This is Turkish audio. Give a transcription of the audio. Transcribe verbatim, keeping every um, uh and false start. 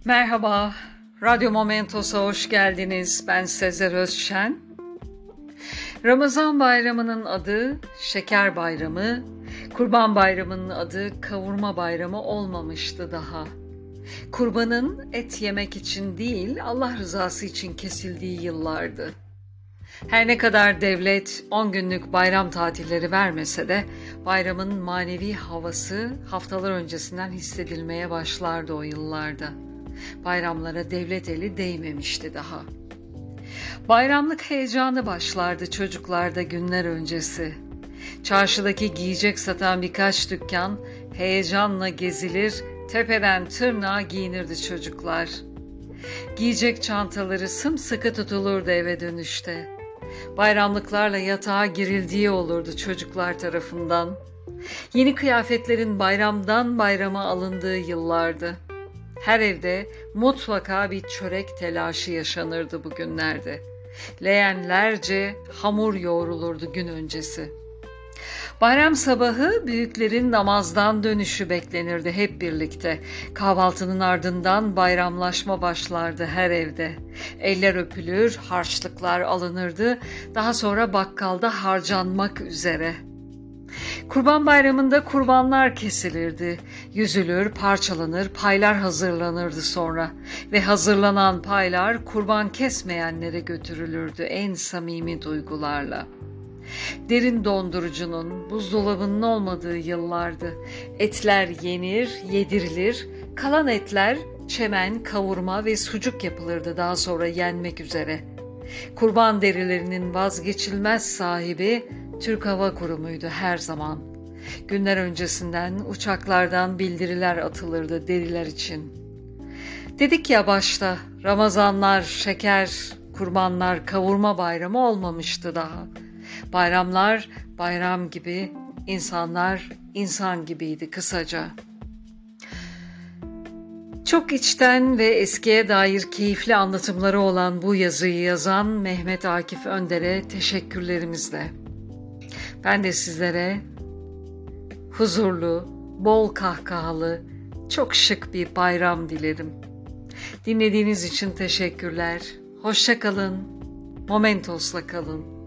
Merhaba, Radyo Momentos'a hoş geldiniz. Ben Sezer Özşen. Ramazan bayramının adı Şeker Bayramı, Kurban Bayramı'nın adı Kavurma Bayramı olmamıştı daha. Kurbanın et yemek için değil, Allah rızası için kesildiği yıllardı. Her ne kadar devlet on günlük bayram tatilleri vermese de bayramın manevi havası haftalar öncesinden hissedilmeye başlardı o yıllarda. Bayramlara devlet eli değmemişti daha. Bayramlık heyecanı başlardı çocuklarda günler öncesi. Çarşıdaki giyecek satan birkaç dükkan heyecanla gezilir, tepeden tırnağa giyinirdi çocuklar. Giyecek çantaları sımsıkı tutulurdu eve dönüşte. Bayramlıklarla yatağa girildiği olurdu çocuklar tarafından. Yeni kıyafetlerin bayramdan bayrama alındığı yıllardı. Her evde mutlaka bir çörek telaşı yaşanırdı bugünlerde. Leğenlerce hamur yoğrulurdu gün öncesi. Bayram sabahı büyüklerin namazdan dönüşü beklenirdi hep birlikte. Kahvaltının ardından bayramlaşma başlardı her evde. Eller öpülür, harçlıklar alınırdı, daha sonra bakkalda harcanmak üzere. Kurban Bayramı'nda kurbanlar kesilirdi. Yüzülür, parçalanır, paylar hazırlanırdı sonra. Ve hazırlanan paylar kurban kesmeyenlere götürülürdü en samimi duygularla. Derin dondurucunun, buzdolabının olmadığı yıllardı. Etler yenir, yedirilir, kalan etler çemen, kavurma ve sucuk yapılırdı daha sonra yenmek üzere. Kurban derilerinin vazgeçilmez sahibi Türk Hava Kurumu'ydu her zaman. Günler öncesinden uçaklardan bildiriler atılırdı deriler için. Dedik ya başta, Ramazanlar, şeker, kurbanlar, kavurma bayramı olmamıştı daha. Bayramlar bayram gibi, insanlar insan gibiydi kısaca. Çok içten ve eskiye dair keyifli anlatımları olan bu yazıyı yazan Mehmet Akif Önder'e teşekkürlerimizle. Ben de sizlere huzurlu, bol kahkahalı, çok şık bir bayram dilerim. Dinlediğiniz için teşekkürler. Hoşça kalın. Momentos'la kalın.